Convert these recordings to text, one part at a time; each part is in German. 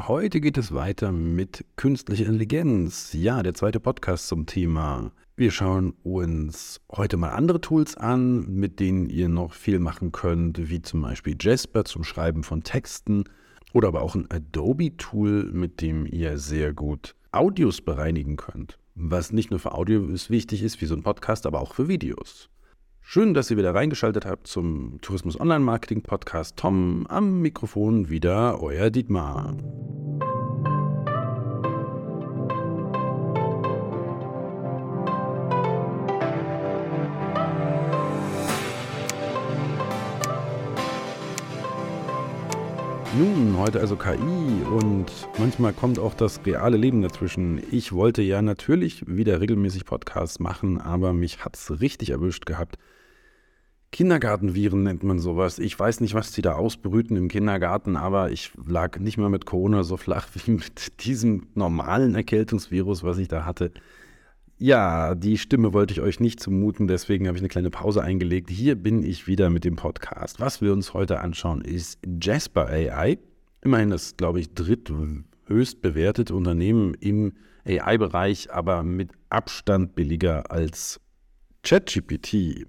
Heute geht es weiter mit künstlicher Intelligenz. Ja, der zweite Podcast zum Thema. Wir schauen uns heute mal andere Tools an, mit denen ihr noch viel machen könnt, wie zum Beispiel Jasper zum Schreiben von Texten oder aber auch ein Adobe-Tool, mit dem ihr sehr gut Audios bereinigen könnt. Was nicht nur für Audio wichtig ist, wie so ein Podcast, aber auch für Videos. Schön, dass ihr wieder reingeschaltet habt zum Tourismus Online Marketing Podcast. Tom am Mikrofon wieder, euer Dietmar. Nun, heute also KI und manchmal kommt auch das reale Leben dazwischen. Ich wollte ja natürlich wieder regelmäßig Podcasts machen, aber mich hat's richtig erwischt gehabt. Kindergartenviren nennt man sowas. Ich weiß nicht, was die da ausbrüten im Kindergarten, aber ich lag nicht mehr mit Corona so flach wie mit diesem normalen Erkältungsvirus, was ich da hatte. Ja, die Stimme wollte ich euch nicht zumuten, deswegen habe ich eine kleine Pause eingelegt. Hier bin ich wieder mit dem Podcast. Was wir uns heute anschauen, ist Jasper AI. Immerhin das, glaube ich, dritthöchst bewertete Unternehmen im AI-Bereich, aber mit Abstand billiger als ChatGPT.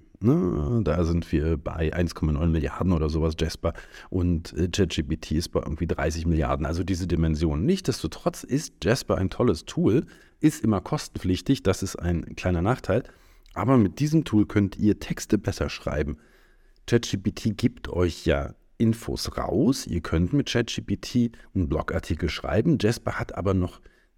Da sind wir bei 1,9 Milliarden oder sowas, Jasper, und ChatGPT ist bei irgendwie 30 Milliarden, also diese Dimension. Nichtsdestotrotz ist Jasper ein tolles Tool, ist immer kostenpflichtig, das ist ein kleiner Nachteil, aber mit diesem Tool könnt ihr Texte besser schreiben. ChatGPT gibt euch ja Infos raus, ihr könnt mit ChatGPT einen Blogartikel schreiben, Jasper hat aber noch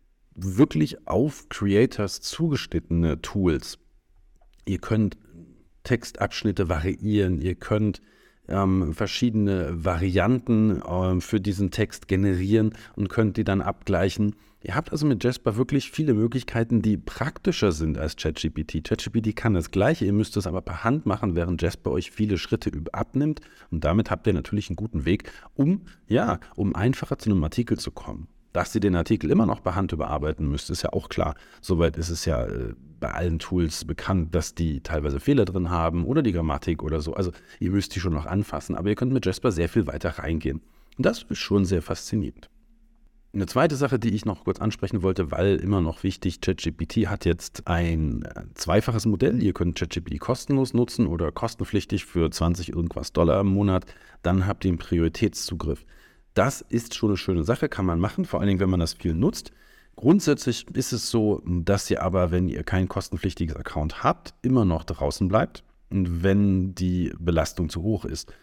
wirklich auf Creators zugeschnittene Tools. Ihr könnt Textabschnitte variieren, ihr könnt verschiedene Varianten für diesen Text generieren und könnt die dann abgleichen. Ihr habt also mit Jasper wirklich viele Möglichkeiten, die praktischer sind als ChatGPT. ChatGPT kann das Gleiche, ihr müsst es aber per Hand machen, während Jasper euch viele Schritte abnimmt und damit habt ihr natürlich einen guten Weg, um einfacher zu einem Artikel zu kommen. Dass ihr den Artikel immer noch per Hand überarbeiten müsst, ist ja auch klar. Soweit ist es ja bei allen Tools bekannt, dass die teilweise Fehler drin haben oder die Grammatik oder so. Also ihr müsst die schon noch anfassen, aber ihr könnt mit Jasper sehr viel weiter reingehen. Und das ist schon sehr faszinierend. Eine zweite Sache, die ich noch kurz ansprechen wollte, weil immer noch wichtig, ChatGPT hat jetzt ein zweifaches Modell. Ihr könnt ChatGPT kostenlos nutzen oder kostenpflichtig für 20 irgendwas $ im Monat. Dann habt ihr einen Prioritätszugriff. Das ist schon eine schöne Sache, kann man machen, vor allen Dingen, wenn man das viel nutzt. Grundsätzlich ist es so, dass ihr aber, wenn ihr kein kostenpflichtiges Account habt, immer noch draußen bleibt, und wenn die Belastung zu hoch ist.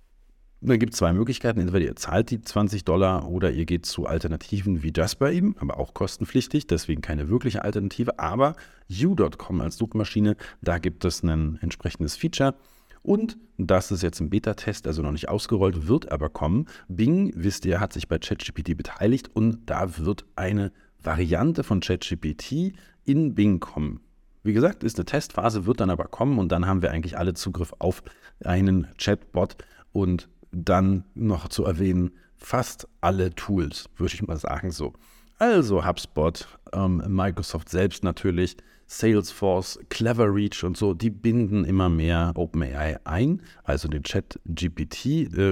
Dann gibt es zwei Möglichkeiten, entweder ihr zahlt die 20 $ oder ihr geht zu Alternativen wie Jasper eben, aber auch kostenpflichtig, deswegen keine wirkliche Alternative, aber U.com als Suchmaschine, da gibt es ein entsprechendes Feature. Und das ist jetzt im Beta-Test, also noch nicht ausgerollt, wird aber kommen. Bing, wisst ihr, hat sich bei ChatGPT beteiligt und da wird eine Variante von ChatGPT in Bing kommen. Wie gesagt, ist eine Testphase, wird dann aber kommen und dann haben wir eigentlich alle Zugriff auf einen Chatbot und dann noch zu erwähnen, fast alle Tools, würde ich mal sagen so. Also HubSpot, Microsoft selbst natürlich, Salesforce, Cleverreach und so, die binden immer mehr OpenAI ein, also den ChatGPT,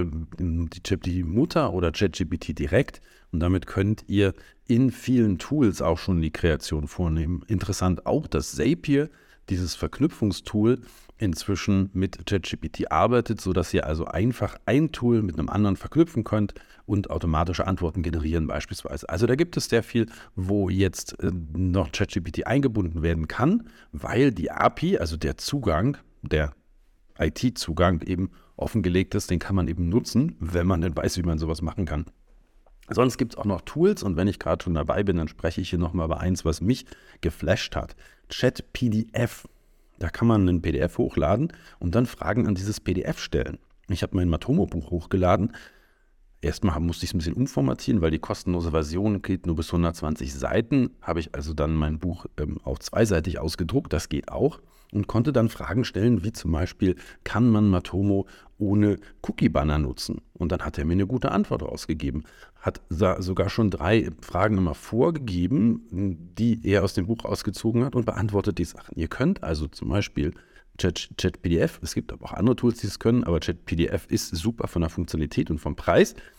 die ChatGPT-Mutter oder ChatGPT direkt. Und damit könnt ihr in vielen Tools auch schon die Kreation vornehmen. Interessant auch, dass Zapier, dieses Verknüpfungstool, inzwischen mit ChatGPT arbeitet, sodass ihr also einfach ein Tool mit einem anderen verknüpfen könnt und automatische Antworten generieren beispielsweise. Also da gibt es sehr viel, wo jetzt noch ChatGPT eingebunden werden kann, weil die API, also der Zugang, der IT-Zugang eben offengelegt ist, den kann man eben nutzen, wenn man denn weiß, wie man sowas machen kann. Sonst gibt es auch noch Tools und wenn ich gerade schon dabei bin, dann spreche ich hier nochmal über eins, was mich geflasht hat. ChatPDF. Da kann man ein PDF hochladen und dann Fragen an dieses PDF stellen. Ich habe mein Matomo-Buch hochgeladen. Erstmal musste ich es ein bisschen umformatieren, weil die kostenlose Version geht nur bis 120 Seiten. Habe ich also dann mein Buch auch zweiseitig ausgedruckt, das geht auch. Und konnte dann Fragen stellen, wie zum Beispiel, kann man Matomo ohne Cookie-Banner nutzen? Und dann hat er mir eine gute Antwort rausgegeben. Hat sogar schon 3 Fragen immer vorgegeben, die er aus dem Buch ausgezogen hat und beantwortet die Sachen. Ihr könnt also zum Beispiel ChatPDF, es gibt aber auch andere Tools, die es können, aber ChatPDF ist super von der Funktionalität und vom Preis.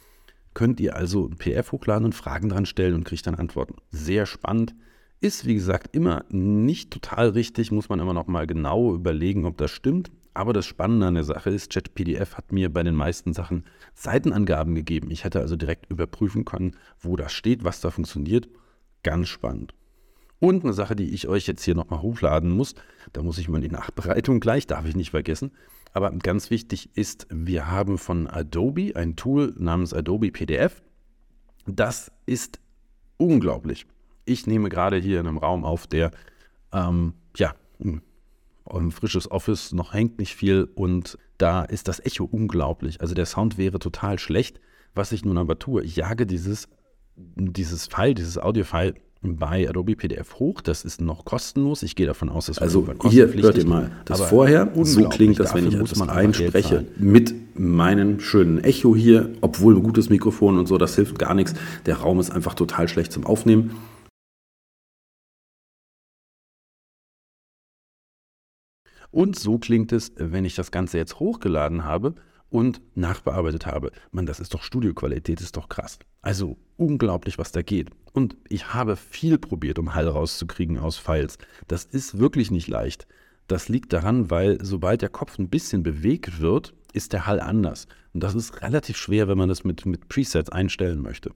Könnt ihr also ein PDF hochladen und Fragen dran stellen und kriegt dann Antworten. Sehr spannend. Ist, wie gesagt, immer nicht total richtig, muss man immer noch mal genau überlegen, ob das stimmt. Aber das Spannende an der Sache ist, ChatPDF hat mir bei den meisten Sachen Seitenangaben gegeben. Ich hätte also direkt überprüfen können, wo das steht, was da funktioniert. Ganz spannend. Und eine Sache, die ich euch jetzt hier nochmal hochladen muss, da muss ich mal in die Nachbereitung gleich, darf ich nicht vergessen. Aber ganz wichtig ist, wir haben von Adobe ein Tool namens Adobe PDF. Das ist unglaublich. Ich nehme gerade hier in einem Raum auf, der ein frisches Office, noch hängt nicht viel und da ist das Echo unglaublich. Also der Sound wäre total schlecht. Was ich nun aber tue, ich jage dieses Audio-File bei Adobe PDF hoch. Das ist noch kostenlos. Ich gehe davon aus, dass also hier hört ihr mal das vorher. So klingt das, wenn ich etwas einspreche mit meinem schönen Echo hier, obwohl ein gutes Mikrofon und so, das hilft gar nichts. Der Raum ist einfach total schlecht zum Aufnehmen. Und so klingt es, wenn ich das Ganze jetzt hochgeladen habe und nachbearbeitet habe. Mann, das ist doch Studioqualität, ist doch krass. Also unglaublich, was da geht. Und ich habe viel probiert, um Hall rauszukriegen aus Files. Das ist wirklich nicht leicht. Das liegt daran, weil sobald der Kopf ein bisschen bewegt wird, ist der Hall anders. Und das ist relativ schwer, wenn man das mit Presets einstellen möchte.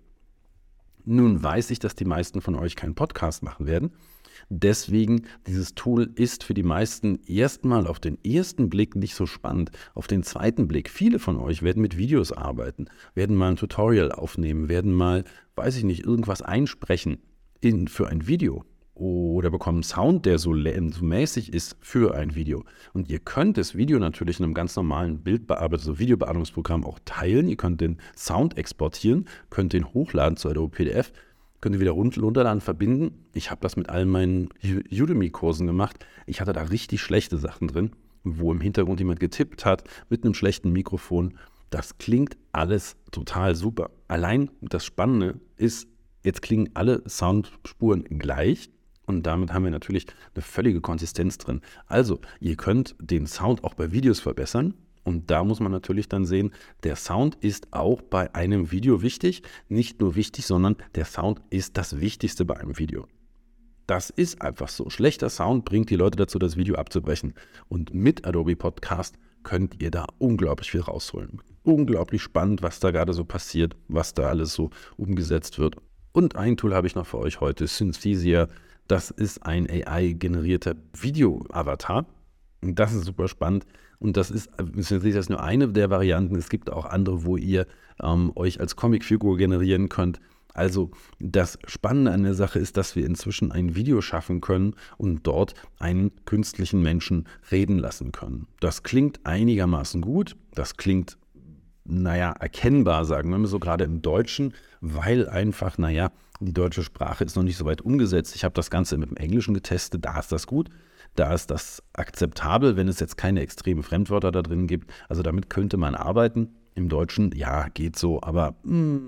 Nun weiß ich, dass die meisten von euch keinen Podcast machen werden. Deswegen, dieses Tool ist für die meisten erstmal auf den ersten Blick nicht so spannend. Auf den zweiten Blick, viele von euch werden mit Videos arbeiten, werden mal ein Tutorial aufnehmen, werden mal, weiß ich nicht, irgendwas einsprechen für ein Video oder bekommen einen Sound, der so mäßig ist für ein Video. Und ihr könnt das Video natürlich in einem ganz normalen Videobearbeitungsprogramm auch teilen. Ihr könnt den Sound exportieren, könnt den hochladen zu Adobe PDF. Könnt ihr wieder runterladen, verbinden. Ich habe das mit all meinen Udemy-Kursen gemacht. Ich hatte da richtig schlechte Sachen drin, wo im Hintergrund jemand getippt hat mit einem schlechten Mikrofon. Das klingt alles total super. Allein das Spannende ist, jetzt klingen alle Soundspuren gleich und damit haben wir natürlich eine völlige Konsistenz drin. Also, ihr könnt den Sound auch bei Videos verbessern. Und da muss man natürlich dann sehen, der Sound ist auch bei einem Video wichtig. Nicht nur wichtig, sondern der Sound ist das Wichtigste bei einem Video. Das ist einfach so. Schlechter Sound bringt die Leute dazu, das Video abzubrechen. Und mit Adobe Podcast könnt ihr da unglaublich viel rausholen. Unglaublich spannend, was da gerade so passiert, was da alles so umgesetzt wird. Und ein Tool habe ich noch für euch heute, Synthesia. Das ist ein AI-generierter Video-Avatar. Das ist super spannend. Und das ist nur eine der Varianten. Es gibt auch andere, wo ihr euch als Comicfigur generieren könnt. Also das Spannende an der Sache ist, dass wir inzwischen ein Video schaffen können und dort einen künstlichen Menschen reden lassen können. Das klingt einigermaßen gut. Das klingt, erkennbar, sagen wir mal so, gerade im Deutschen, weil einfach, die deutsche Sprache ist noch nicht so weit umgesetzt. Ich habe das Ganze mit dem Englischen getestet, da ist das gut. Da ist das akzeptabel, wenn es jetzt keine extremen Fremdwörter da drin gibt. Also damit könnte man arbeiten. Im Deutschen, ja, geht so, aber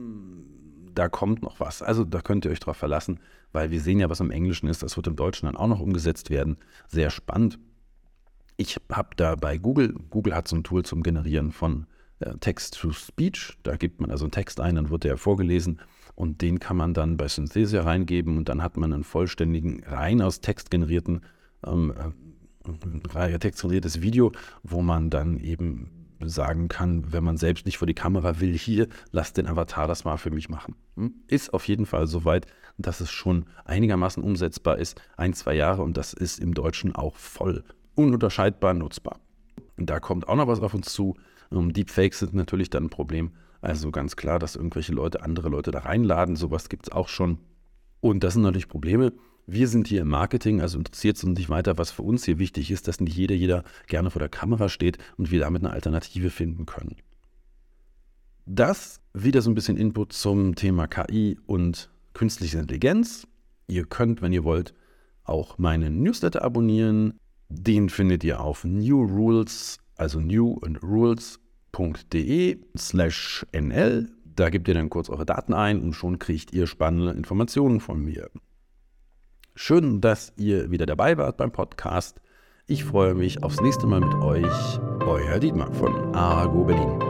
da kommt noch was. Also da könnt ihr euch drauf verlassen, weil wir sehen ja, was im Englischen ist. Das wird im Deutschen dann auch noch umgesetzt werden. Sehr spannend. Ich habe da bei Google hat so ein Tool zum Generieren von Text-to-Speech. Da gibt man also einen Text ein, dann wird der vorgelesen und den kann man dann bei Synthesia reingeben und dann hat man einen vollständigen, rein aus Text generierten textgeneriertes Video, wo man dann eben sagen kann, wenn man selbst nicht vor die Kamera will, hier, lass den Avatar das mal für mich machen. Ist auf jeden Fall soweit, dass es schon einigermaßen umsetzbar ist, 1-2 Jahre und das ist im Deutschen auch voll ununterscheidbar nutzbar. Und da kommt auch noch was auf uns zu. Deepfakes sind natürlich dann ein Problem. Also ganz klar, dass irgendwelche Leute andere Leute da reinladen, sowas gibt es auch schon. Und das sind natürlich Probleme. Wir sind hier im Marketing, also interessiert es uns nicht weiter, was für uns hier wichtig ist, dass nicht jeder gerne vor der Kamera steht und wir damit eine Alternative finden können. Das wieder so ein bisschen Input zum Thema KI und künstliche Intelligenz. Ihr könnt, wenn ihr wollt, auch meinen Newsletter abonnieren. Den findet ihr auf newrules, also newandrules.de/nl. Da gebt ihr dann kurz eure Daten ein und schon kriegt ihr spannende Informationen von mir. Schön, dass ihr wieder dabei wart beim Podcast. Ich freue mich aufs nächste Mal mit euch. Euer Dietmar von Argo Berlin.